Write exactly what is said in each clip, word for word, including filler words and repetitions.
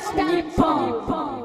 日本。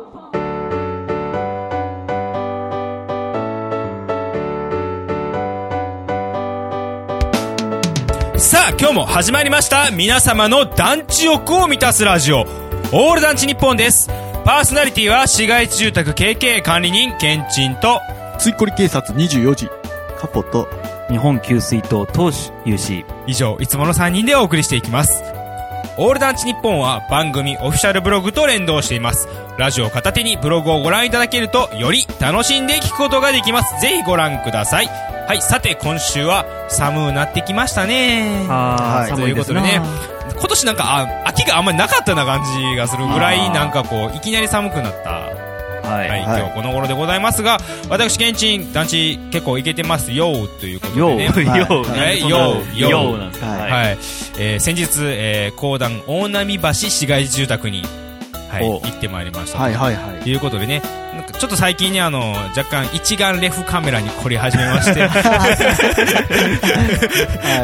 さあ今日も始まりました皆様の団地欲を満たすラジオオール団地日本です。パーソナリティは市街地住宅 ケーケー 管理人ケンチンとついこり警察にじゅうよじカポと日本給水塔投手 ユーシー以上いつものさんにんでお送りしていきます。オール団地日本は番組オフィシャルブログと連動しています。ラジオを片手にブログをご覧いただけるとより楽しんで聞くことができます。ぜひご覧ください。はい、さて今週は寒くなってきましたね。 あー、 ということでね、今年なんかあ秋があんまりなかったな感じがするぐらいなんかこういきなり寒くなった、はい、はい、今日この頃でございますが、私ケンチン団地結構いけてますよということでね、 よーよーよーよーなんですか、 はい、はい、えー、先日、えー、講談大波橋市街地住宅に、はい、行ってまいりましたと、 はいはいはい、 いうことでね、なんかちょっと最近ねあの若干一眼レフカメラに凝り始めましてはい、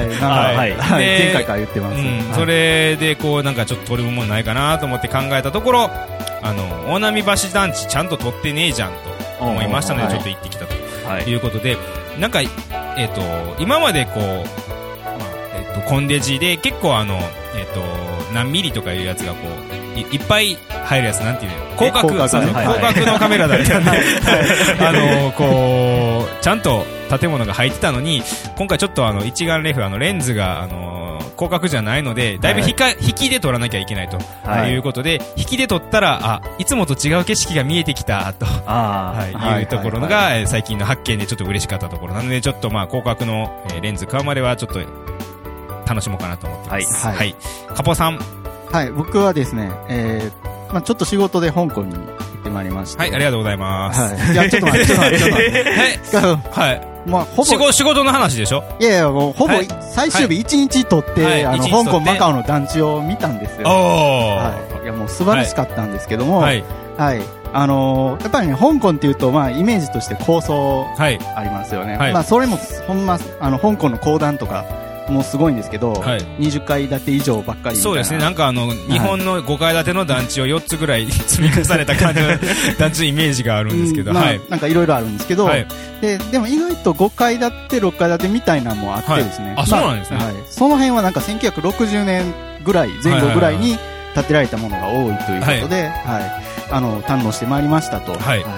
なんか、はいはい、前回から言ってます、 うん、はい、それでこうなんかちょっと撮るもんないかなと思って考えたところ、あの大波橋団地ちゃんと撮ってねえじゃんと思いましたのでちょっと行ってきたということで、なんか、えー、と今までこう、まあえー、とコンデジで結構あの、えー、と何ミリとかいうやつがこう い, いっぱい入るやつなんていうの、広角、 広角、ね、 広角のカメラだったんであのこうちゃんと建物が入ってたのに、今回ちょっとあの一眼レフあのレンズがあの広角じゃないのでだいぶ引か、はい、引きで撮らなきゃいけないと、はい、いうことで引きで撮ったらあいつもと違う景色が見えてきたと、あ、はい、いうところが、はいはいはい、最近の発見でちょっと嬉しかったところなので、ちょっとまあ広角の、えー、レンズ買うまではちょっと楽しもうかなと思ってます。はい、はい、カポさん。 はい、僕はですね、えーまあ、ちょっと仕事で香港に行ってまいりました。 はい、ありがとうございます。 はい、いやちょっと待ってちょっと待ってちょっと待ってはい、はい、 まあ、ほぼ仕事、仕事の話でしょ。 いやいやもうほぼ、はい、最終日いちにち取って、はい、あの香港マカオの団地を見たんですよ。 はい、 いやもう素晴らしかったんですけども、 はいはい、あのー、やっぱりね香港っていうと、まあ、イメージとして高層ありますよね。はい、まあ、それもほんまあの香港の公団とかもうすごいんですけど、はい、にじゅっかい建て以上ばっかりみたいな。 そうですね、なんかあの、はい、日本のごかい建ての団地をよっつぐらい積み重ねた感じの団地のイメージがあるんですけど、 うん、まあ、 はい、 なんかいろいろあるんですけど、はい、で, でも意外とごかい建てろっかい建てみたいなのもあってですね、 はい、あ、そうなんですね、 まあはい、その辺はなんかせんきゅうひゃくろくじゅうねんぐらい前後ぐらいに建てられたものが多いということで、はいはい、あの堪能してまいりましたと、はいはい、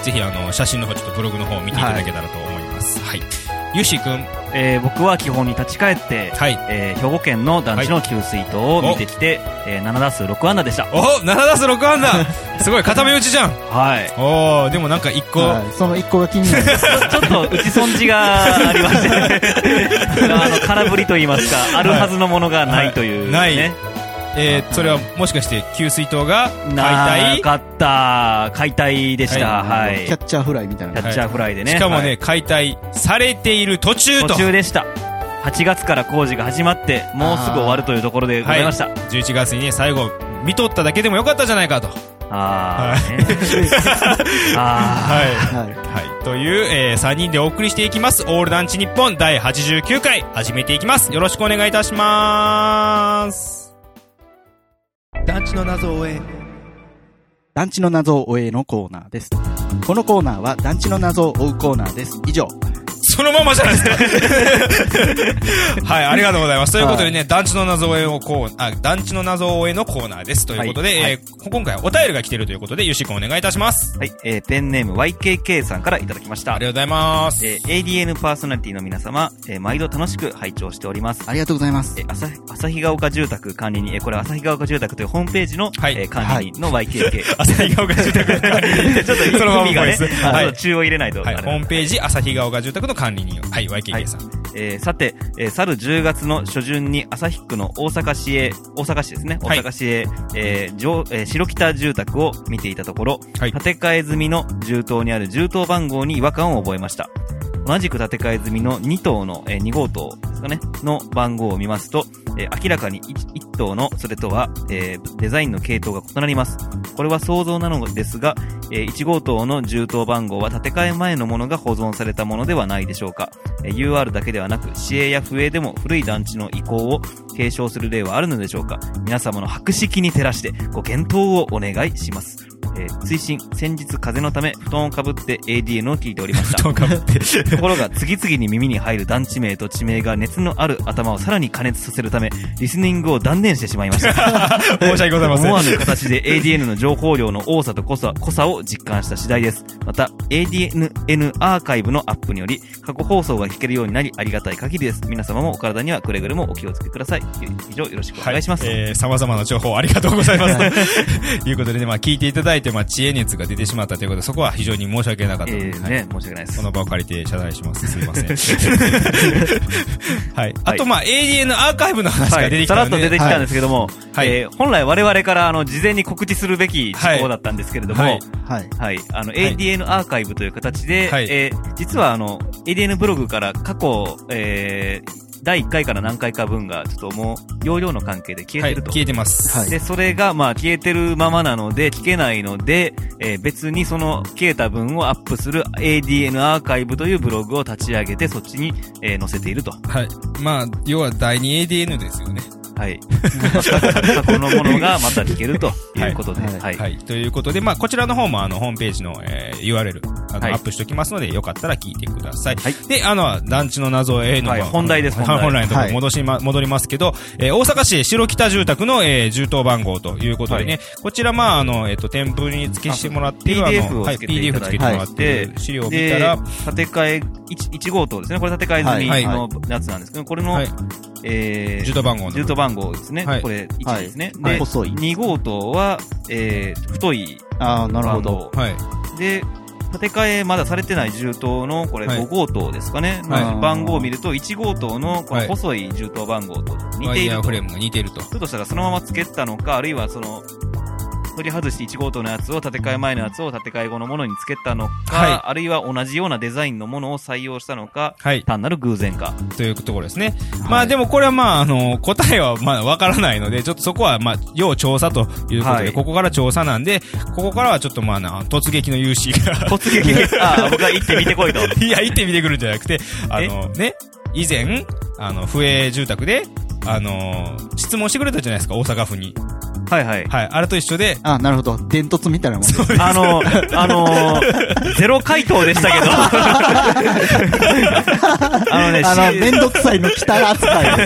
ぜひあの写真の方ちょっとブログの方を見ていただけたらと思います。はい、はい、ゆうしーくん。 えー、僕は基本に立ち返って、はい、えー、兵庫県の団地の給水塔を見てきて、はい、えー、なな打数ろく安打でした。 おなな打数ろく安打すごい固め打ちじゃん。 はい。 おー、でもなんかいっこ、はい、 そのいっこが気になるちょっと打ち損じがありましてあの空振りと言いますか、あるはずのものがないという、ね、 はいはい、ない。えー、それはもしかして給水塔が解体なかった解体でした、はいはい、 キャッチャーフライみたいな、 キャッチャーフライでね、 しかもね、 はい、 解体されている途中と途中でした。はちがつから工事が始まってもうすぐ終わるというところでございました、はい、 じゅういちがつにね最後見とっただけでもよかったじゃないかと、 あー、ね、 あー、はい、はいはい、という、えー、さんにんでお送りしていきますオール団地日本だいはちじゅうきゅうかい始めていきます。よろしくお願いいたします。団地の謎を追え団地の謎を追えのコーナーです。このコーナーは団地の謎を追うコーナーです。以上。 そのままじゃないですかはい、ありがとうございます。ということでね、はい、団地の謎を追えのコーナー、あ、団地の謎を追えのコーナーです。ということで、はい、えー、今回はお便りが来ているということで、ゆうしーくんお願いいたします。 はい、えー、ペンネーム ワイケーケー さんからいただきました。 ありがとうございます。 えー、エーディーエヌ パーソナリティの皆様、えー、毎度楽しく拝聴しております。 ありがとうございます。 えー、朝、朝日が丘住宅管理人、えー、これ朝日が丘住宅というホームページの、はい、えー、管理人の ワイケーケー。 朝日が丘住宅の管理人。 ちょっと意味がね、はい、中を入れないと、 はい。ホームページ朝日が丘住宅の管理人、はい、ワイケーケー さん。はい、 えー、さて、えー、去るじゅうがつの初旬に旭区の大阪市へ、大阪市ですね、大阪市へ、はい、えー上えー、白北住宅を見ていたところ、はい、建て替え済みの住棟にある住棟番号に違和感を覚えました。同じく建て替え済みのに棟の、えー、に号棟ですかね、の番号を見ますと、 えー、明らかに一棟のそれとは、えー、デザインの系統が異なります。これは想像なのですが、えー、いち号棟の銃刀番号は建て替え前のものが保存されたものではないでしょうか。えー、ユーアール だけではなく市営や府営でも古い団地の遺構を継承する例はあるのでしょうか。皆様の博識に照らしてご検討をお願いします。えー、追伸、先日風邪のため布団をかぶって エーディーエヌ を聞いておりました。 布団かぶってところが次々に耳に入る団地名と地名が熱のある頭をさらに加熱させるためリスニングを断念してしまいました。 申し訳ございません。 思わぬ形で エーディーエヌ の情報量の多さと濃さ、濃さを実感した次第です。また エーディーエヌ アーカイブのアップにより過去放送が聞けるようになりありがたい限りです。皆様もお体にはくれぐれもお気をつけください。以上よろしくお願いします。 はい、えー、様々な情報ありがとうございます。ということでね、まあ聞いていただいて、まあ知恵熱が出てしまったということで、そこは非常に申し訳なかったので、 えー、ね、はい、申し訳ないです。 この場を借りて謝罪します。すいません。はい。あと、まあ エーディーエヌ アーカイブの話が出てきたので、はい、さらっと出てきたんですけども、 はい、 えー、本来我々からあの事前に告知するべき事項だったんですけれども、はい、 はい、 はい、あの エーディーエヌ アーカイブという形で、はい、えー、実はあの エーディーエヌ ブログから過去、えーだいいっかいから何回か分が、ちょっともう、容量の関係で消えてると。 はい、消えてます。 はい。で、それが、まあ、消えてるままなので、聞けないので、えー、別にその、消えた分をアップする エーディーエヌ アーカイブというブログを立ち上げて、そっちに、えー、載せていると。 はい。まあ、要はだいに エーディーエヌ ですよね。 はい。過去のものがまた聞けるということで。はい。 はい。はい、ということで、まあ、こちらの方も、あの、ホームページの、えー、ユーアールエル、あの、はい、アップしておきますので、よかったら聞いてください。はい。で、あの、団地の謎への、 はい、本題です、 本題。本来のところ戻しま、はい、戻りますけど、えー、大阪市白北住宅の、えー、銃刀番号ということでね、はい、こちら、まあ、あの、えっ、ー、と、添付に付けしてもらっている、 ピーディーエフ をはい、 付けてピーディーエフ 付けてもらっている資料を見たら、 建て替え、いち号棟ですね。これ建て替え済みのやつなんですけど、これの、はい、えー、 銃刀番号の。 銃刀番号ですね。はい、これいちですね。 はい、 で、 細い。 に号棟は、えー、太い。 ああ、なるほど。 はい。で、建て替えまだされてない銃刀の、これご号棟ですかね。はい、の番号を見ると、いち号棟のこの細い銃刀番号と似ていると。ワイヤーフレームが似ていると。 ちょっとしたらそのまま付けたのか、あるいはその、取り外していち号棟のやつを建て替え前のやつを建て替え後のものに付けたのか、はい、あるいは同じようなデザインのものを採用したのか、はい、単なる偶然か。 というところですね。はい、まあでもこれはまああの、答えはまあわからないので、ちょっとそこはまあ、要調査ということで、はい、ここから調査なんで、ここからはちょっとまあな、突撃の融資が。 突撃ああ、僕は行ってみてこいと。 いや、行ってみてくるんじゃなくて、あのね、以前、あの、府営住宅で、あのー、質問してくれたじゃないですか、大阪府に。 はいはい。 はい。あれと一緒で。 あ、なるほど。伝突みたいなもんです。 あの、あのー、ゼロ回答でしたけど。 あのね、あの、めんどくさいの来た扱いです。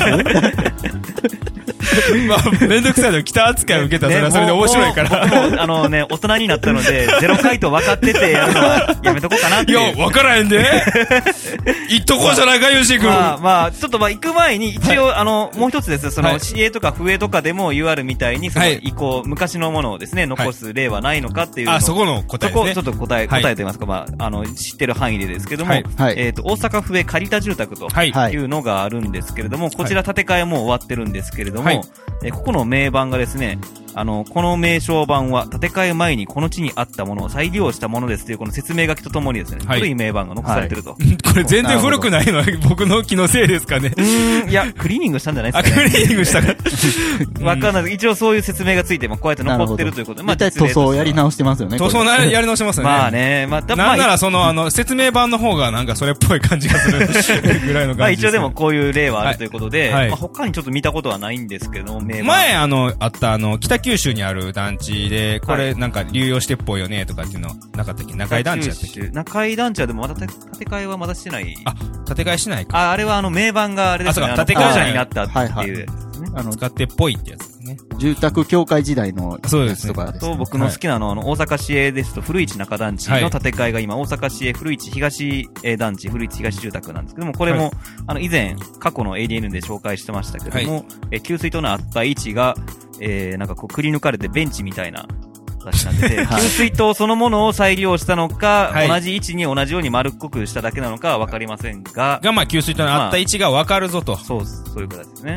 まあ、めんどくさいの北扱いを受けたら、それはそれで面白いから。 僕も、あのね、大人になったので、ゼロ回答分かっててやるのはやめとこうかなっていう。 いや、分からへんで。言っとこうじゃないか、よし君。 まあ、まあ、ちょっとまあ、行く前に、一応、はい、あの、もう一つですその、はい、市営とか府営とかでも ユーアール みたいに、その、移行、はい、昔のものをですね、残す例はないのかっていうのを。 あ、そこの答えですね。 そこ、ちょっと答え、答えと言いますか、まあ、あの、知ってる範囲でですけども、はい、えっと、大阪府営借りた住宅というのがあるんですけれども、こちら建て替えも終わってるんですけれども、はい、えここの名板がですね、あの、この名称板は建て替え前にこの地にあったものを再利用したものですというこの説明書きとともにですね、はい、古い名板が残されてると。はい、 これ全然古くないのは僕の気のせいですかね。 うーん、いや、クリーニングしたんじゃないですかね。 あ、クリーニングしたか。 わかんない。一応そういう説明がついてもこうやって残ってるということで、 まあ、絶対塗装やり直してますよね。 塗装やり直してますよね。 まあね、まあ、 なんならその、あの、説明版の方がなんかそれっぽい感じがするぐらいの感じです、ね。 まあ一応でもこういう例はあるということで、はい、まあ他にちょっと見たことはないんですけど、名板。 前、あの、あった、あの、北九州にある団地で、これなんか流用してっぽいよねとかっていうのなかったっけ？中井団地やったっけ？ 中井団地はでもまだ建て替えはまだしてない。 あ、建て替えしないか。 あ、あれはあの名板があれですね。 あ、そうか、建て替えじゃになったっていう。 あの、使ってっぽいってやつですね。 住宅協会時代のやつとかですね。 あと僕の好きなのは、あの、大阪市営ですと、古市中団地の建て替えが今、大阪市営古市東団地、古市東住宅なんですけども、これも、あの、以前、過去の エーディーエヌ で紹介してましたけども、え、給水塔のあった位置が、えー、なんかこう、くり抜かれてベンチみたいな、形なんで、給水塔そのものを再利用したのか、はい、同じ位置に同じように丸っこくしただけなのかはわかりませんが。 が、まあ、給水塔のあった位置がわかるぞと。 まあ、そう、そういう形ですね。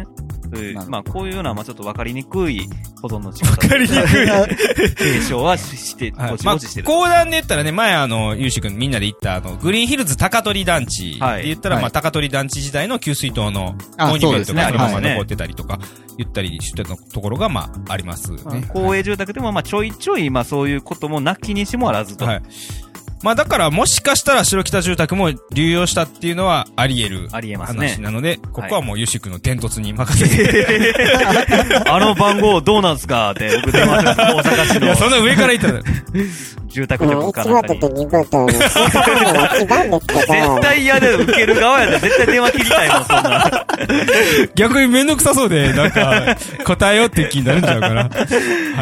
まあ、こういうような、まあ、ちょっとわかりにくい保存の仕方。 わかりにくい。 継承はして、ぼちぼちしてる。 まあ、講談で言ったらね、前あの、ゆうしくんみんなで行った、あの、グリーンヒルズ高取団地で言ったら、はい、まあ、高取団地時代の給水塔のモニュメントがそのまま残ってたりとか、言ったりしてたところが、まあ、ありますね。まあ、 公営住宅でも、まあ、ちょいちょい、まあ、そういうこともなきにしもあらずと。はい。 まあだからもしかしたら白北住宅も流用したっていうのはあり得る話なので、ここはもうゆしくんの伝突に任せて。 あの番号どうなんすかって僕電話して大阪市の。 いや、そんな上から言ったら。 住宅局かなんかに。絶対嫌で受ける側やで、絶対電話切りたいもん、そんな。 逆にめんどくさそうで、なんか、答えようっていう気になるんちゃうかな。はい。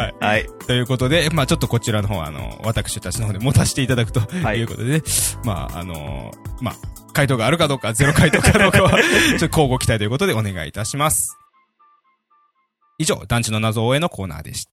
はい。 ということで、まあちょっとこちらの方、あの、私たちの方で持たせていただくということで、ね、はい、まああのー、まあ、回答があるかどうか、ゼロ回答かどうかは、ちょっと交互期待ということでお願いいたします。以上、団地の謎応援のコーナーでした。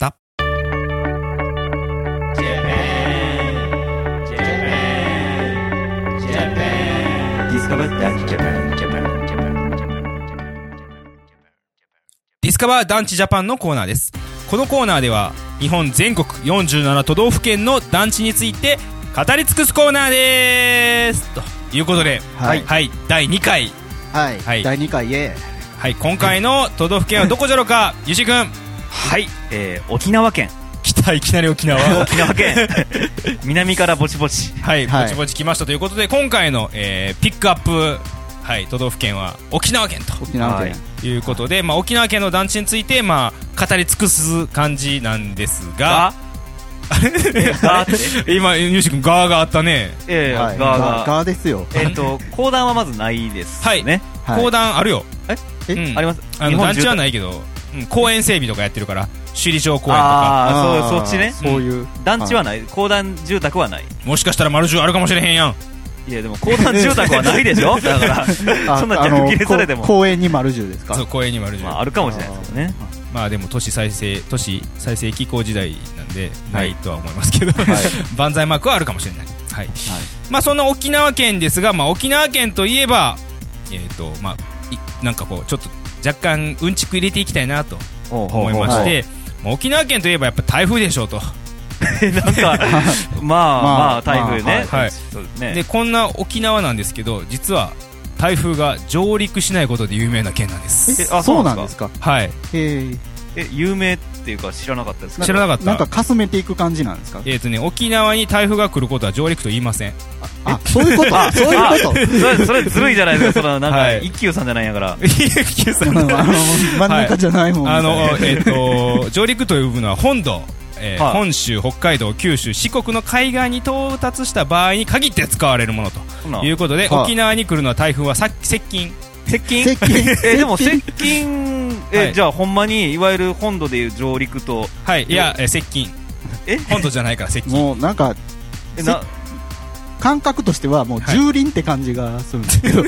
ディスカバー団地ジャパンのコーナーです。このコーナーでは日本全国よんじゅうなな都道府県の団地について語り尽くすコーナーでーすということで、はい、はい、だいにかい、 はい、はい、だいにかいへ、 はい、今回の都道府県はどこじゃろうか、ゆしくん。 はい、えー、沖縄県。 来た、いきなり沖縄。 沖縄県。南からぼちぼち。 はい、ぼちぼち来ましたということで、今回の、えー、ピックアップ、はい、都道府県は沖縄県と。 沖縄県。 いうことで、まあ、沖縄県の団地について、まあ、語り尽くす感じなんですが、あれ今、ゆうしくん、ガーがあったね。 ええ、ガーが。 ガーですよ。 えっと、講談はまずないですね。 はい。講談あるよ。 ええ、あります。 あの、団地はないけど、公園整備とかやってるから、首里城公園とか。 ああ、そう、そっちね。 そういう。 団地はない。公団住宅はない。 もしかしたら丸十あるかもしれへんやん。 いやでも公団住宅はないでしょ。だからそんな逆切れされても公園に丸十ですか。 そう、公園に丸十、 まあ、あるかもしれないですけどね。 まあでも都市再生都市再生機構時代なんでないとは思いますけど、はい、万歳マークはあるかもしれない。はい、はい、まあそんな沖縄県ですが、まあ沖縄県といえばえっ、ー、とまあなんかこうちょっと若干うんちく入れていきたいなと思いまして、まあ、沖縄県といえばやっぱ台風でしょうと。 なんかまあまあ台風ね、 はい、そうですね。でこんな沖縄なんですけど、実は台風が上陸しないことで有名な県なんです。 え、あ、そうなんですか。 はい。 ええ、有名っていうか知らなかったですか。 知らなかった。 なんかかすめていく感じなんですか。 えっとね、沖縄に台風が来ることは上陸と言いません。 あ、そういうこと。そういうこと。 それそれずるいじゃないですか。そのなんか一休さんじゃないんやから。 一休さん。 真ん中じゃないもん。 あのえっと上陸というのは本土。えーはい、本州、北海道、九州、四国の海岸に到達した場合に限って使われるものということで、はい、沖縄に来るのは台風はさ接近接近接近えでも接近え、はい、じゃあほんまにいわゆる本土でいう上陸とはいいやえ接近え本土じゃないから接近もうなんかえな感覚としてはもう蹂躙って感じがするんですけど、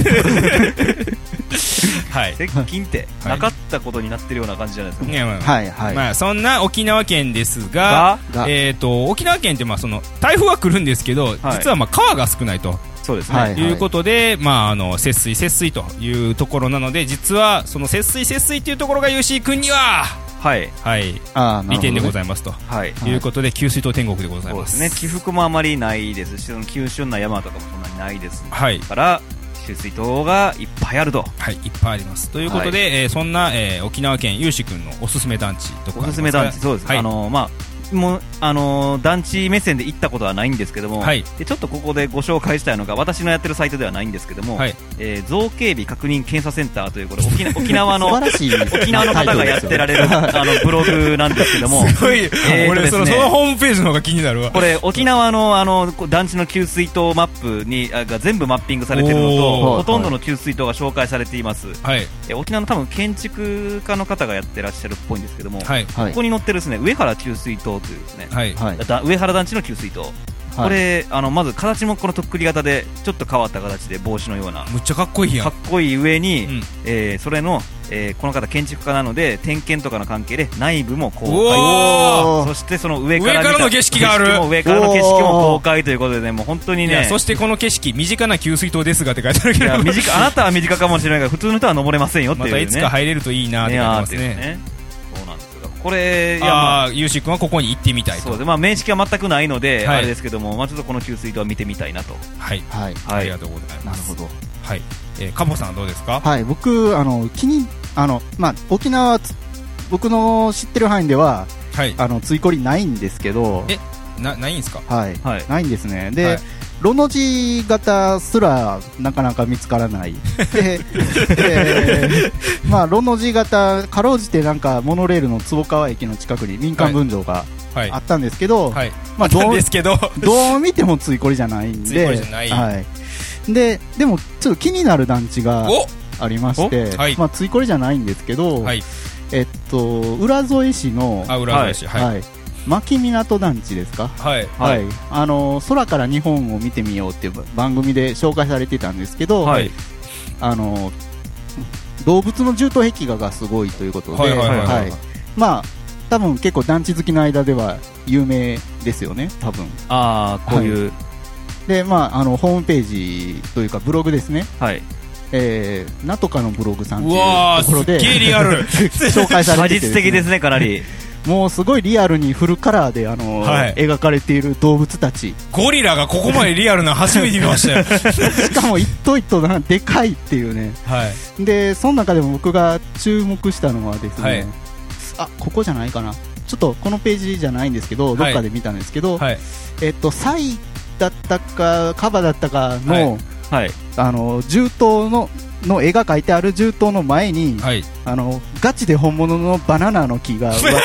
はい、 接近ってなかったことになってるような感じじゃないですか、ね。 はい、はいはい。まあそんな沖縄県ですが、がえっ、ー、と沖縄県ってまあその台風は来るんですけど、はい、実はまあ川が少ないと。 そうですね。はい、 いうことで、まああの節水節水というところなので、実はその節水節水っていうところがゆうしー君には。はいはい、あ利点でございますと、はい、いうことで給水塔天国でございます。 そうですね。起伏もあまりないですし、その急峻な山とかもそんなにないです、はい、から給水塔がいっぱいあると。 はい、いっぱいありますということで、はい、えー、そんな、えー、沖縄県ゆうし君のおすすめ団地どこかありますか。 おすすめ団地、そうです、はい、あのー、まあもうあのー、団地目線で行ったことはないんですけども、はい、でちょっとここでご紹介したいのが私のやってるサイトではないんですけども、はい、えー、造形美確認検査センターというこれ 沖, 沖縄の沖縄の方がやってられるあのブログなんですけども、 すごい、えー、俺 そ, のそのホームページの方が気になるわ。 これ沖縄 の, あの団地の給水塔マップにが全部マッピングされているのと、ほとんどの給水塔が紹介されています、はい、えー、沖縄の多分建築家の方がやってらっしゃるっぽいんですけども、はい、ここに載ってるですね、上原給水塔というですね、はい、上原団地の給水塔、 これあのまず形もこのとっくり型でちょっと変わった形で帽子のようなむっちゃかっこいいやん。 かっこいい上に、うん、えー、それの、えー、この方建築家なので点検とかの関係で内部も公開、そしてその上から上からの景色がある、 上からの景色も公開ということでね、もう本当にね。 そしてこの景色身近な給水塔ですがって書いてあるけど、いや短あなたは短かもしれないが普通の人は登れませんよっていう、ね、 またいつか入れるといいなって思いますね。 ね、そうなんですよ。これ、 いや、まあ、ゆうし君はここに行ってみたいと。 そうで、まあ、面識は全くないので、はい、あれですけども、まあ、ちょっとこの給水塔は見てみたいなと。 はい、はい、ありがとうございます。 なるほど。 はい、えー、カポさんはどうですか？ はい、僕あの気にあのまあ沖縄僕の知ってる範囲では、はい、あのついこりないんですけど、 え、なないんですか？ はい、はい、ないんですね。で。はい、ロの字型すらなかなか見つからないで、えー、まあロの字型かろうじてなんかモノレールの坪川駅の近くに民間分譲があったんですけど、 はいはい、 まあどうですけどどう見てもついこりじゃないんで、 ついこりじゃない、 はい、ででもちょっと気になる団地がありまして、はい、まあついこりじゃないんですけど、はい、えっと浦添市のあ浦添市、はい、はい、 牧港団地ですか、 はいはい、あの空から日本を見てみようっていう番組で紹介されてたんですけど、はい、あの動物の獣頭壁画がすごいということで、はいはいはいはい、まあ多分結構団地好きの間では有名ですよね、多分。 ああ、こういう、 はい、でまああのホームページというかブログですね、 はい、 えー、なんとかのブログさんっていうところでリアル紹介されてて、 ね、実的ですね、かなりもうすごいリアルにフルカラーで、あのーはい、描かれている動物たち。 ゴリラがここまでリアルな初めて見ましたよしかも一頭一頭なでかいっていうね、はい、でその中でも僕が注目したのはですね、はい、あここじゃないかな、ちょっとこのページじゃないんですけど、どっかで見たんですけど、はい、えっとサイだったかカバだったかの、はいはい、あの獣頭のの絵が描いてある獣頭の前に、はい、あのガチで本物のバナナの木がそ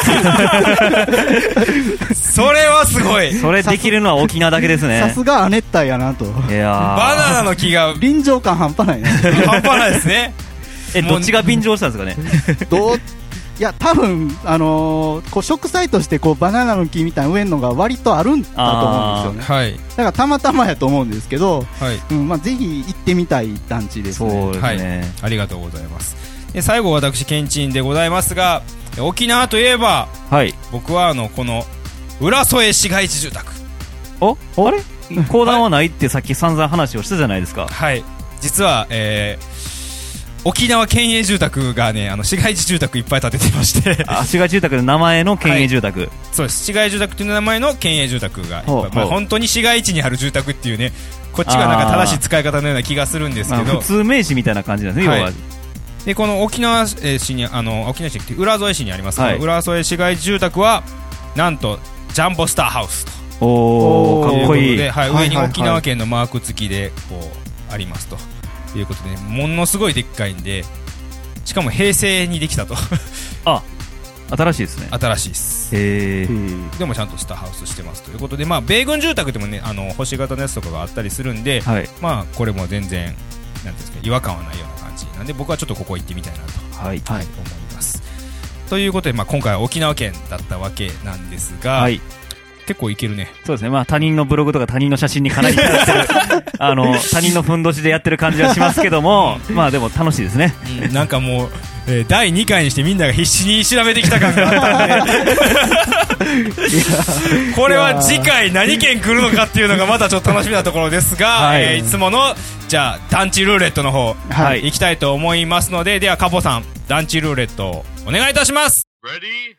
れはすごい。 それできるのは沖縄だけですね。 さすが亜熱帯やなと。 いやバナナの木が臨場感半端ないね半端ないですねえどっちが便乗したんですかねどういや多分、あのー、こう植栽としてこうバナナの木みたいな植えるのが割とあるんだと思うんですよね、はい、だからたまたまやと思うんですけど、はい、うんまあ、ぜひ行ってみたい団地ですね。 そうですね、はい、ありがとうございます。で最後私ケンチンでございますが、沖縄といえば、はい、僕はあのこの浦添市街地住宅、 おあれ公団はないってさっき散々話をしたじゃないですか。 はい、実は、えー沖縄県営住宅がね、あの市街地住宅いっぱい建ててましてあ市街地住宅の名前の県営住宅、はい、 そうです。市街住宅という名前の県営住宅がいっぱい、まあ、本当に市街地にある住宅っていうね、こっちがなんか正しい使い方のような気がするんですけど、まあ、 普通名詞みたいな感じなんですね、はい、要は。 でこの沖縄市にあの沖縄市って浦添市にありますが、はい、浦添市街地住宅はなんとジャンボスターハウスとおーかっこいい、 はい、上に沖縄県のマーク付きでこうありますということで、ね、ものすごいでっかいんで、しかも平成にできたとあ新しいですね。 新しいです。 へでもちゃんとスターハウスしてますということで、まあ、米軍住宅でもねあの星型のやつとかがあったりするんで、はい、まあ、これも全然なんていうんですか違和感はないような感じなんで、僕はちょっとここ行ってみたいなと、はいはい、思います。ということで、まあ、今回は沖縄県だったわけなんですが、はい、結構いけるね。 そうですね。まあ他人のブログとか他人の写真にかなり頼ってるあの他人のふんどしでやってる感じはしますけどもまあでも楽しいですね、 うん、なんかもう、えー、だいにかいにしてみんなが必死に調べてきた感があったんでこれは次回何県来るのかっていうのがまたちょっと楽しみなところですが、はい、えー、いつものじゃあ団地ルーレットの方、はい、行きたいと思いますので、ではカポさん団地ルーレットをお願いいたします。 Ready?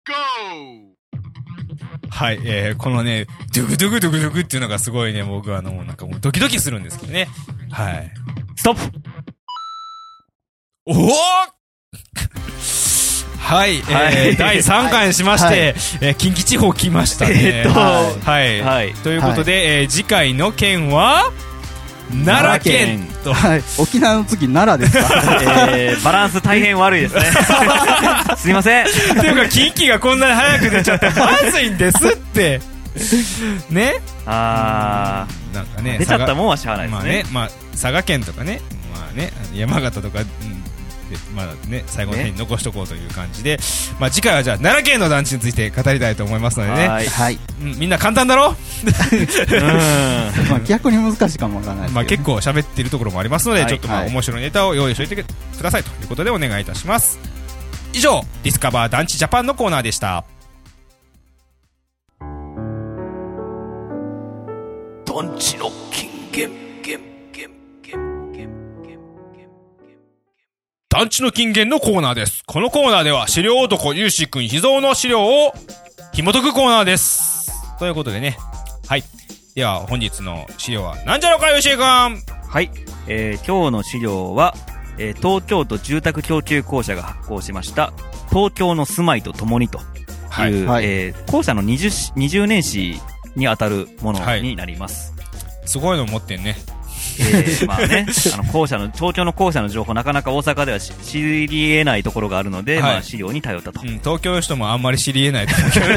Go!はい、えー、このね、ドゥグドゥグドゥグドゥグっていうのがすごいね、僕はあの、なんかもうドキドキするんですけどね。はい。 ストップおおはい、はい、えー、だいさんかいにしまして、はい、えー、近畿地方来ましたね。えー、っと、はい。はい。ということで、はい、えー、次回の県は、奈良県と、 はい、沖縄の次奈良ですか、 えー、バランス大変悪いですねすいませんっていうか近畿がこんなに早く出ちゃってまずいんですってね、 あーなんかね出ちゃったもんはしゃあないですね。 まあね、まあ、佐賀県とかね、まあね、山形とか、うん、 まあね、最後の辺に残しとこうという感じで、ね、まあ次回はじゃあ奈良県の団地について語りたいと思いますのでね。 はい。 うん、みんな簡単だろ？ うん。まあ逆に難しいかもわからないですけど。 まあ結構喋っているところもありますので、はい、ちょっとまあ面白いネタを用意しておいてくださいということでお願いいたします。以上、ディスカバー団地ジャパンのコーナーでした。 団地の金言。 団地の金言のコーナーです。このコーナーでは資料男ゆうしくん秘蔵の資料を紐解くコーナーです。ということでね。はい。では本日の資料はなんじゃろかゆうしくん。はい。えー、今日の資料は、えー、東京都住宅供給公社が発行しました東京の住まいとともにという、はいえー、公社の 20, 20年史にあたるものになります。 はい、すごいの持ってんね。 えー、まあね、あの校舎の東京の校舎の情報なかなか大阪では知り得ないところがあるので、はい、まあ資料に頼ったと、 うん、東京の人もあんまり知り得ないと思うけど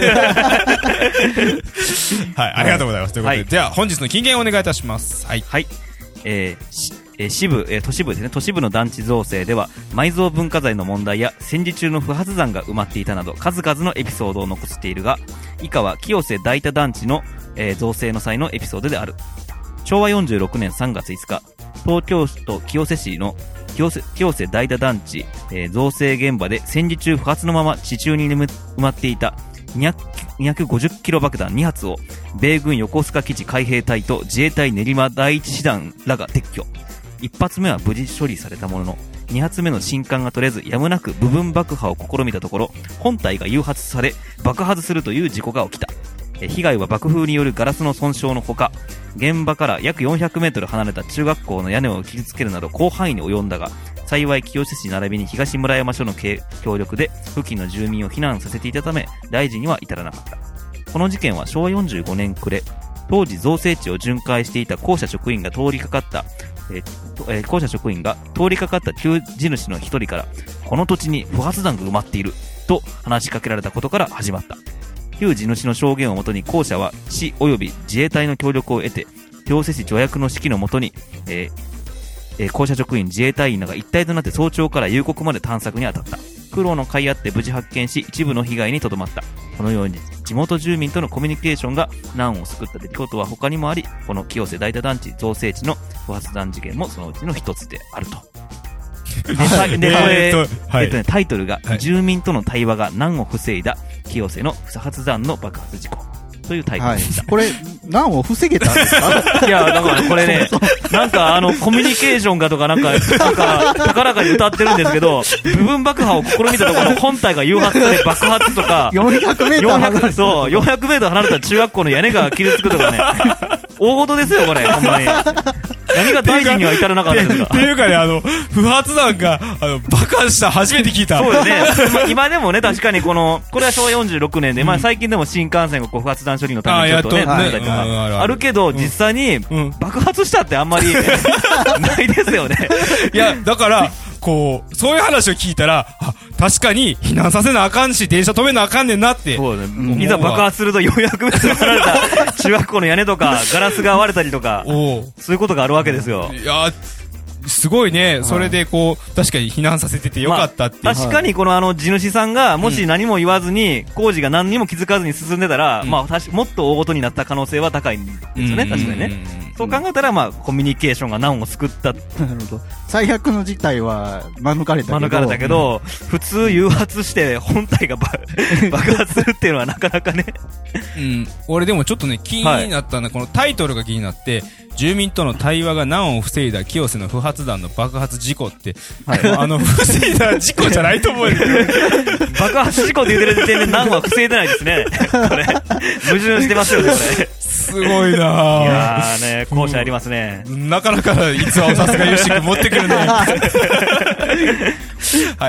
はい、ありがとうございます、はい、ということで、はい、では本日の金言をお願いいたします。はい、 はい、えーえー、支部、えー、都市部ですね、都市部の団地造成では埋蔵文化財の問題や戦時中の不発弾が埋まっていたなど数々のエピソードを残しているが、以下は清瀬大田団地の、えー、造成の際のエピソードである。しょうわよんじゅうろくねんさんがついつか、東京都清瀬市の清瀬、清瀬大田団地、えー、造成現場で戦時中不発のまま地中に埋まっていたにひゃくごじゅっキロ爆弾に発を米軍横須賀基地海兵隊と自衛隊練馬第一師団らが撤去。一発目は無事処理されたものの、二発目の信管が取れずやむなく部分爆破を試みたところ、本体が誘発され爆発するという事故が起きた。被害は爆風によるガラスの損傷のほか、現場から約よんひゃくメートル離れた中学校の屋根を傷つけるなど広範囲に及んだが、幸い清瀬市並びに東村山署の協力で付近の住民を避難させていたため大事には至らなかった。この事件はしょうわよんじゅうごねん暮れ、当時造成地を巡回していた公社職員が通りかかった、えーえー、公社職員が通りかかった旧地主の一人から、この土地に不発弾が埋まっていると話しかけられたことから始まった。旧地主の証言をもとに公社は市及び自衛隊の協力を得て、清瀬市助役の指揮のもとに、えーえー、公社職員自衛隊員らが一体となって早朝から夕刻まで探索に当たった。苦労の甲斐あって無事発見し、一部の被害にとどまった。このように地元住民とのコミュニケーションが難を救った出来事は他にもあり、この清瀬大田団地造成地の不発弾事件もそのうちの一つであると。で、でこれ、えーとはいえーとね、タイトルが、はい、住民との対話が難を防いだ清瀬の不発弾の爆発事故というタイトルでした。 はい、これ、難を防げたんですか？ いや、だからこれね、なんかあの、コミュニケーションがとかなんか、なんか、高らかに歌ってるんですけど、部分爆破を試みたところ、本体が誘発され爆発とか、 よんひゃくメートル離れた。 そう、よんひゃくメートル離れた中学校の屋根が傷つくとかね、大事ですよ、これ、ほんまに。何が大事には至らなかったんですか。 っていうかね、あの、不発弾が、あの、爆発した初めて聞いた。 そうですね。今でもね、確かにこの、これはしょうわよんじゅうろくねんで、うん、まあ最近でも新幹線がこう不発弾処理のためにちょっとね、あ, と、ねはい、あるけど、うん、実際に、爆発したってあんまり、ないですよね。 いや、だから、こう、そういう話を聞いたら、あ、確かに避難させなあかんし、電車止めなあかんねんなって。 そうね。いざ爆発するとよんひゃくメートル離れた中学校の屋根とか、ガラスが割れたりとか、そういうことがあるわけですよ。 いやすごいね、はい、それでこう確かに避難させててよかったっていう、 まあ、確かにこのあの地主さんがもし何も言わずに、うん、工事が何にも気づかずに進んでたら、うん、まあ、もっと大ごとになった可能性は高いんですよね、確かにね。そう考えたら、まあ、コミュニケーションが難を救った。なるほど。最悪の事態は免れたけど。 免れたけど、うん、普通誘発して本体が爆発するっていうのはなかなかね。 うん。俺でもちょっとね、気になったのは、はい、このタイトルが気になって、住民との対話が難を防いだ清瀬の不発弾の爆発事故って、はい、あの、防いだ事故じゃないと思うんだけど。 爆発事故って言ってる時点で難は防いでないですね。これ。矛盾してますよね、これ。 すごいなぁ。いやーね、校舎ありますね。 なかなか逸話をさすがよしく持ってくるね。はい、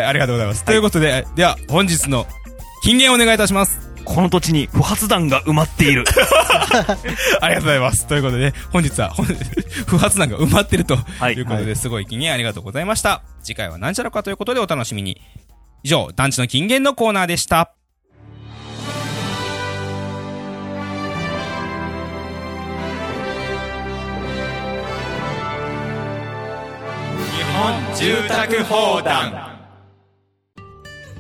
ありがとうございます。はい、ということで、では、本日の金言をお願いいたします。 この土地に不発弾が埋まっている。 ありがとうございます。ということで、本日は不発弾が埋まっているということで、はい、すごい金言ありがとうございました。次回は何ちゃらかということでお楽しみに。以上、団地の金言のコーナーでした。 日本住宅砲弾。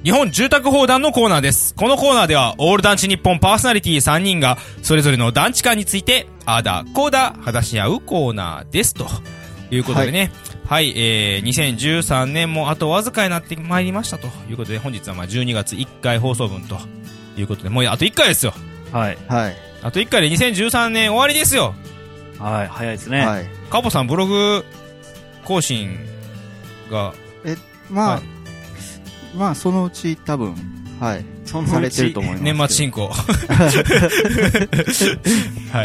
日本住宅砲弾のコーナーです。このコーナーでは、オール団地日本パーソナリティさんにんが、それぞれの団地間について、あーだ、こーだ、話し合うコーナーです。ということでね。はい、はい、えー、にせんじゅうさんねんもあとわずかになってまいりましたということで、本日はまあじゅうにがついっかい放送分ということで、もうあといっかいですよ。 はい。 はい。 あといっかいでにせんじゅうさんねん終わりですよ。 はい、早いですね。はい。 カポさんブログ更新が。 え、まあ、はい、まあ、そのうち多分、はい。そのうちされてると思います。 年末進行。はい。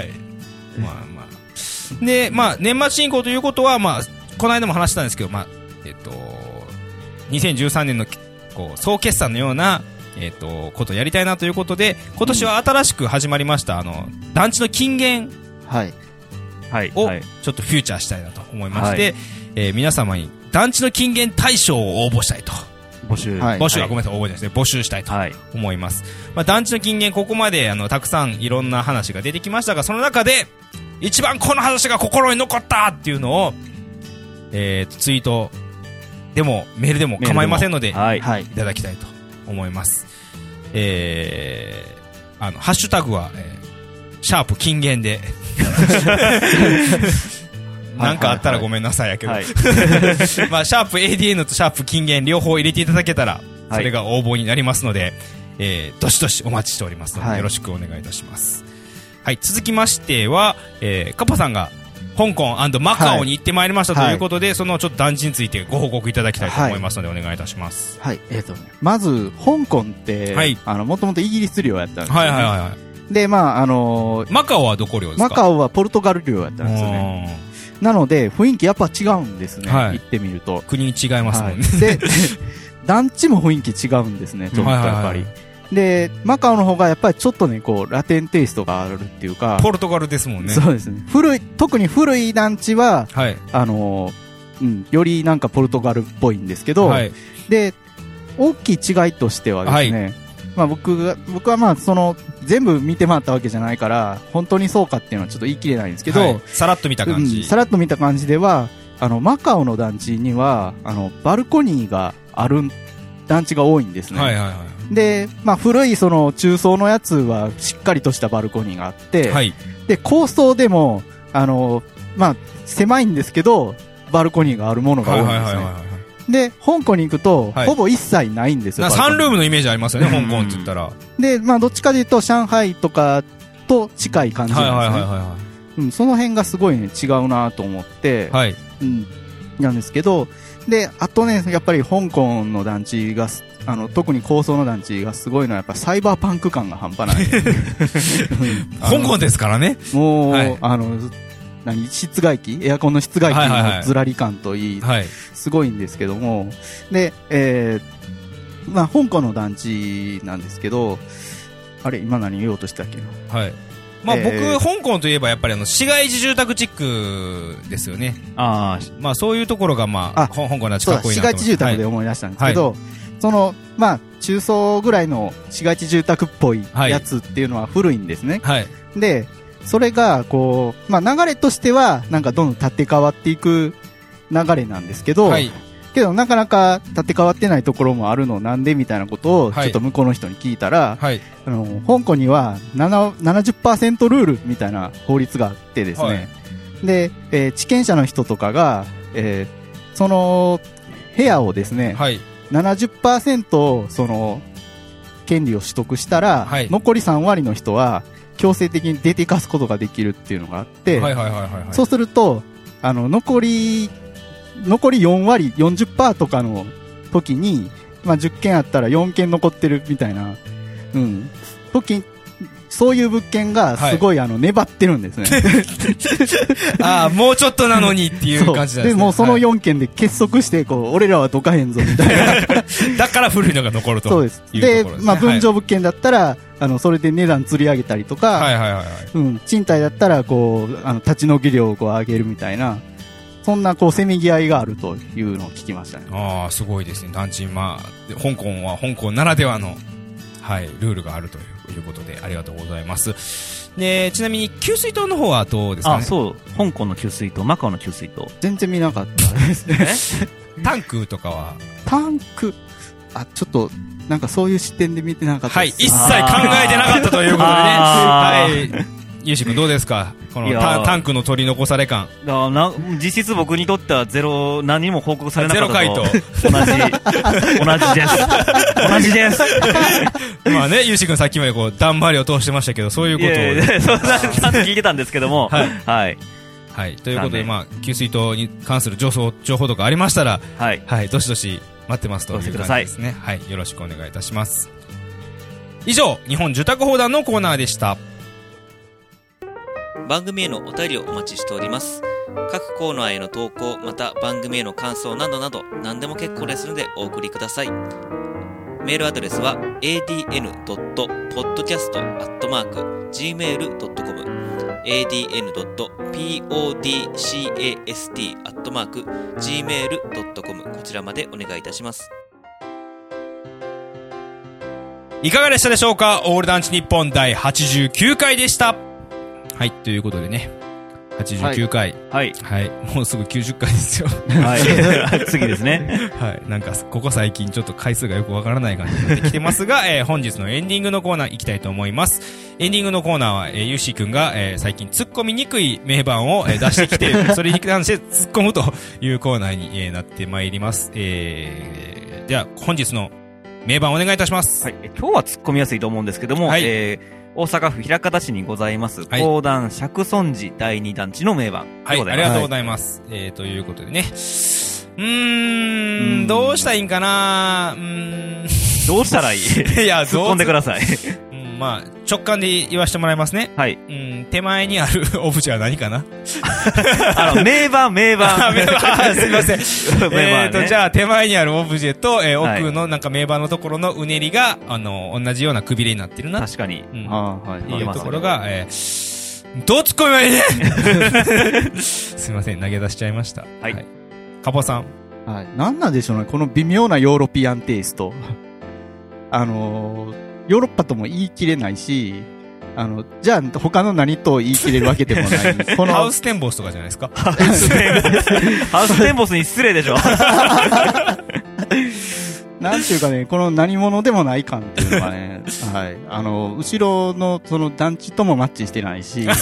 まあまあ。で、まあ、年末進行ということは、まあ、この間も話したんですけど、まあ、えっと、にせんじゅうさんねんの、こう、総決算のような、えっと、ことをやりたいなということで、今年は新しく始まりました、あの、団地の金言。 はい。 はい。を、ちょっとフューチャーしたいなと思いまして、はい、えー、皆様に団地の金言大賞を応募したいと。 募集。 はい、募集は、はい、ごめんなさい、応募ですね。募集したいと思います。はい、まあ、団地の金言、ここまで、あの、たくさんいろんな話が出てきましたが、その中で、一番この話が心に残ったっていうのを、えー、ツイートでも、メールでも構いませんので、はい、いただきたいと思います。えー、あの、ハッシュタグは、えー、シャープ金言で、なんかあったらごめんなさいやけど、はいはいはい、まあシャープ エーディーエヌ とシャープ金言両方入れていただけたらそれが応募になりますので、はい、えー、どしどしお待ちしておりますので、はい、よろしくお願いいたします。はい、続きましては、えー、カッパさんが香港&マカオに行ってまいりましたということで、はい、そのちょっと団地についてご報告いただきたいと思いますので、はい、お願いいたします。 はい、えーとね、まず香港って、はい、あのもともとイギリス領やったんですよね。はいはいはいはい。で、まああのー、 マカオはどこ領ですか？ マカオはポルトガル領やったんですよね。なので雰囲気やっぱ違うんですね、はい、行ってみると国に違いますもんね、 はい、で団地も雰囲気違うんですねちょっとやっぱり、はいはいはい、でマカオの方がやっぱりちょっとねこうラテンテイストがあるっていうかポルトガルですもんね。 そうですね。古い特に古い団地は、はい、あのー、うんよりなんかポルトガルっぽいんですけど、はい、で大きい違いとしてはですね、はい、まあ、僕が僕はまあその全部見て回ったわけじゃないから本当にそうかっていうのはちょっと言い切れないんですけど、はい、 さらっと見た感じ、 うん、さらっと見た感じではあのマカオの団地にはあのバルコニーがある団地が多いんですね。はいはいはい、で、まあ、古いその中層のやつはしっかりとしたバルコニーがあって、はい、で高層でもあの、まあ、狭いんですけどバルコニーがあるものが多いんですね。はいはいはいはい、で香港に行くと、はい、ほぼ一切ないんですよ。 サンルームのイメージありますよね、香港って言ったら。 で、まあ、どっちかというと上海とかと近い感じなんですね。はいはいはいはい、うん、その辺がすごい、ね、違うなと思って、はい、うん、なんですけど、であとねやっぱり香港の団地があの特に高層の団地がすごいのはやっぱサイバーパンク感が半端ない香港ですからね。 もう、はい、あの何室外機エアコンの室外機のずらり感といい、はいはいはい、すごいんですけども、で、えーまあ、香港の団地なんですけど、あれ今何言おうとしたっけな、はい、 まあ、僕、えー、香港といえばやっぱりあの市街地住宅地区ですよね。あ、まあ、そういうところが、まあ、あ香港の団地かっこいいなと思って、市街地住宅で思い出したんですけど、はい、そのまあ、中層ぐらいの市街地住宅っぽいやつっていうのは古いんですね。はい、でそれがこう、まあ、流れとしてはなんかどんどん建て替わっていく流れなんですけど、はい、けどなかなか建て替わってないところもあるのなんでみたいなことをちょっと向こうの人に聞いたら、はい、あの香港にはななじゅっパーセント ルールみたいな法律があってですね、はい、で、えー、地権者の人とかが、えー、その部屋をですね、はい、ななじゅっパーセント その権利を取得したら、はい、残りさんわりの人は強制的に出ていかすことができるっていうのがあって、そうするとあの残り残りよんわり よんじゅっパーセント とかの時に、まあ、じゅっけんあったらよんけん残ってるみたいな、うん、時そういう物件がすごい、はい、あの粘ってるんですね。 ああ、もうちょっとなのにっていう感じなんですね。 でもうそのよんけんで結束してこう俺らはどかへんぞみたいな。 だから古いのが残るというところですね。 で、まあ、分譲物件だったら、はい、あのそれで値段釣り上げたりとか、はいはいはいはい、うん、賃貸だったらこうあの立ち退き料をこう上げるみたいな、そんなこうせめぎ合いがあるというのを聞きましたね。 ああ、すごいですね。団地、まあ、香港は香港ならではの、はい、ルールがあるということでありがとうございます。で、ちなみに給水塔の方はどうですかね。 あ、そう、香港の給水塔、マカオの給水塔全然見なかったですね。 タンクとかはタンク、あ、ちょっとなんかそういう視点で見てなかったです。 はい、一切考えてなかったということでね。はい。ゆうしくんどうですか、この タ, タンクの取り残され感。 だな実質僕にとってはゼロ、何も報告されなかったと。 ゼロ回答。 同じ、同じです。同じです。 まあね、ゆうしくんさっきまでこう、だんまりを通してましたけど、そういうことを。いやいやそんな、ちゃんと聞いてたんですけども。はい。はい。 はい。ということで、まあ、給水塔に関する情報、情報とかありましたら、はい。はい。どしどし待ってますという感じですね。はい。よろしくお願いいたします。以上、日本住宅砲弾のコーナーでした。 番組へのお便りをお待ちしております。各コーナーへの投稿、また番組への感想などなど何でも結構ですのでお送りください。メールアドレスは エーディーエヌドットポッドキャストアットマークジーメールドットコム エーディーエヌドットポッドキャストアットマークジーメールドットコム こちらまでお願いいたします。 いかがでしたでしょうか。オール団地日本だいはちじゅうきゅうかいでした。はい、ということでね、はちじゅうきゅうかい。はい。はい。もうすぐきゅうじゅっかいですよ。 はい。次ですね。 はい。なんか、ここ最近ちょっと回数がよくわからない感じになってきてますが、えー、本日のエンディングのコーナー行きたいと思います。エンディングのコーナーは、えー、ゆうしーくんが、えー、最近突っ込みにくい名盤を、えー、出してきて、それに関して突っ込むというコーナーに、えー、なってまいります。えー、では、本日の名盤お願いいたします。 はい。今日は突っ込みやすいと思うんですけども、はい。えー大阪府枚方市にございます、はい、公団釈尊寺だいに団地の名盤はい、ありがとうございます。はい、えー、ということでね。うーん、どうしたらいいんかなうーん。 どうしたらいいいや、 突っ込んでください。 うん、まあ、直感で言わせてもらいますね。はい。うん、手前にあるオブジェは何かなあの、名盤、名盤。 名盤、すいません。えーと、じゃあ、手前にあるオブジェと、えー、奥のなんか名盤のところのうねりが、あの、同じようなくびれになってるな。 確かに。 うん。ああ、はい。っていうところが、えー、どう突っ込めばいいねすいません、投げ出しちゃいました。はい。はい、カポさん。 はい。なんなんでしょうね、この微妙なヨーロピアンテイスト。あのー、ヨーロッパとも言い切れないし、あの、じゃあ他の何と言い切れるわけでもない。 このハウステンボスとかじゃないですか。 ハウステンボス。ハウステンボスに失礼でしょ。 なんていうかね、この何者でもない感っていうのがね、はい。あの、後ろのその団地ともマッチしてないし、なん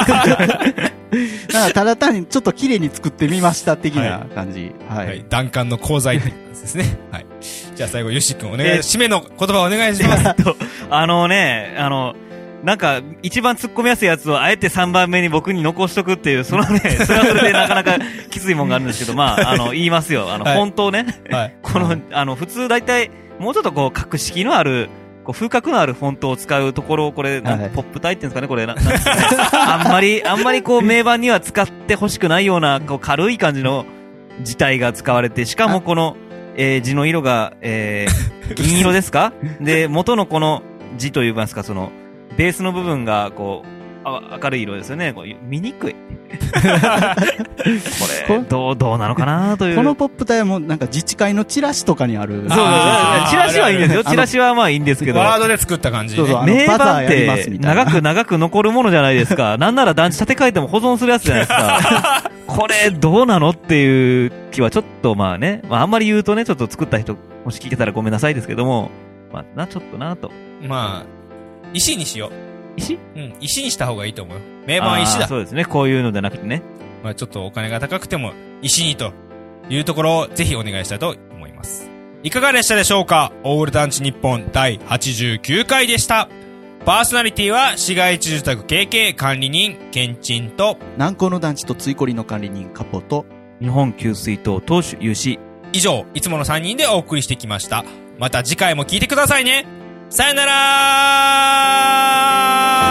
かただ単にちょっと綺麗に作ってみました的な感じ。はい。はい、 はい。弾丸の功罪ですね。はい。じゃあ最後、よし君お願い、締めの言葉お願いします。 あのね、あの、なんか、一番突っ込みやすいやつをあえてさんばんめに僕に残しとくっていう、そのね、それはそれでなかなかきついもんがあるんですけど、まあ、あの、言いますよ。あの、はい、本当ね、はい、この、あの、普通大体、もうちょっとこう、格式のある、こう風格のあるフォントを使うところを、これ、なんかポップ体っていうんですかね、これ、ななんですかね。あんまり、あんまりこう、名盤には使ってほしくないような、こう、軽い感じの字体が使われて、しかもこの、えー、字の色が、えー、銀色ですかで、元のこの字といいますか、その、ベースの部分が、こう、あ明るい色ですよね。こう見にくい。これ、どう、どうなのかなという。 このポップ体もなんか自治会のチラシとかにある。 そうそうそう。チラシはいいんですよ。チラシはまあいいんですけど。 ワードで作った感じ。そうそう。 名盤って長く長く残るものじゃないですか。なんなら団地建て替えても保存するやつじゃないですか。これどうなのっていう気はちょっとまあね。まああんまり言うとね、ちょっと作った人、もし聞いてたらごめんなさいですけども。まあな、ちょっとなと。 まあ、石にしよう。 石うん、石にした方がいいと思うよ。名盤は石だ。 そうですね。こういうのじゃなくてね。 まあちょっとお金が高くても、石にというところをぜひお願いしたいと思います。いかがでしたでしょうか。オール団地日本だいはちじゅうきゅうかいでした。パーソナリティは市街地住宅経営管理人、ケンチンと、 南高の団地とついこりの管理人、カポと、 日本給水塔投手有志。 以上、いつものさんにんでお送りしてきました。また次回も聞いてくださいね。さよなら。